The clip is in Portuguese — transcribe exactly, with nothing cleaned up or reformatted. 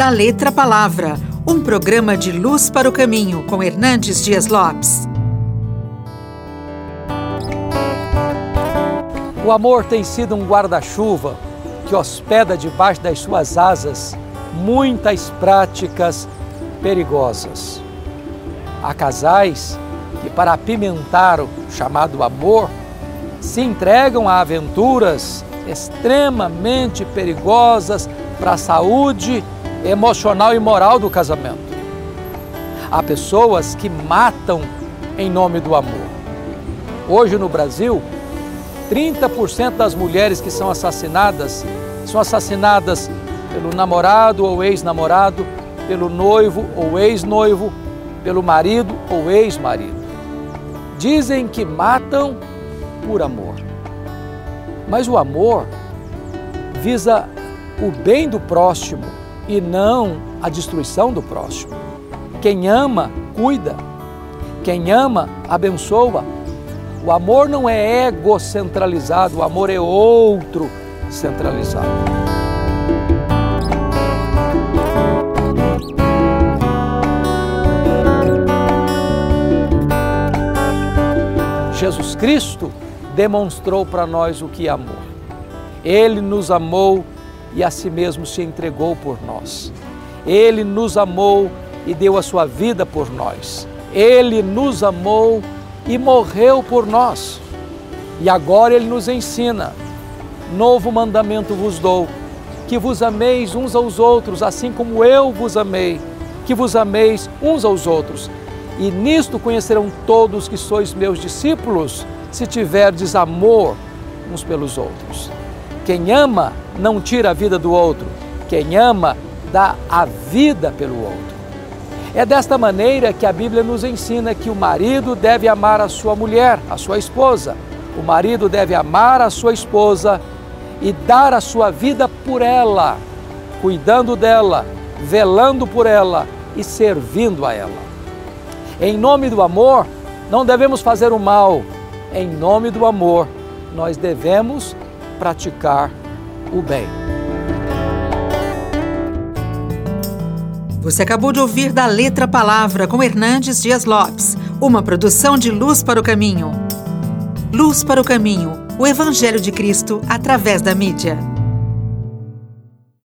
da Letra Palavra, um programa de luz para o caminho com Hernandes Dias Lopes. O amor tem sido um guarda-chuva que hospeda debaixo das suas asas muitas práticas perigosas. Há casais que, para apimentar o chamado amor, se entregam a aventuras extremamente perigosas para a saúde emocional e moral do casamento. Há pessoas que matam em nome do amor. Hoje no Brasil, trinta por cento das mulheres que são assassinadas são assassinadas pelo namorado ou ex-namorado, pelo noivo ou ex-noivo, pelo marido ou ex-marido. Dizem que matam por amor. Mas o amor visa o bem do próximo e não a destruição do próximo. Quem ama, cuida. Quem ama, abençoa. O amor não é egocentralizado, o amor é outro centralizado. Jesus Cristo demonstrou para nós o que é amor. Ele nos amou e a si mesmo se entregou por nós. Ele nos amou e deu a sua vida por nós. Ele nos amou e morreu por nós. E agora Ele nos ensina: novo mandamento vos dou, que vos ameis uns aos outros, assim como eu vos amei, que vos ameis uns aos outros. E nisto conhecerão todos que sois meus discípulos, se tiverdes amor uns pelos outros. Quem ama não tira a vida do outro, quem ama dá a vida pelo outro. É desta maneira que a Bíblia nos ensina que o marido deve amar a sua mulher, a sua esposa. O marido deve amar a sua esposa e dar a sua vida por ela, cuidando dela, velando por ela e servindo a ela. Em nome do amor, não devemos fazer o mal. Em nome do amor, nós devemos praticar o bem. Você acabou de ouvir da Letra Palavra com Hernandes Dias Lopes, uma produção de Luz para o Caminho. Luz para o Caminho, o Evangelho de Cristo através da mídia.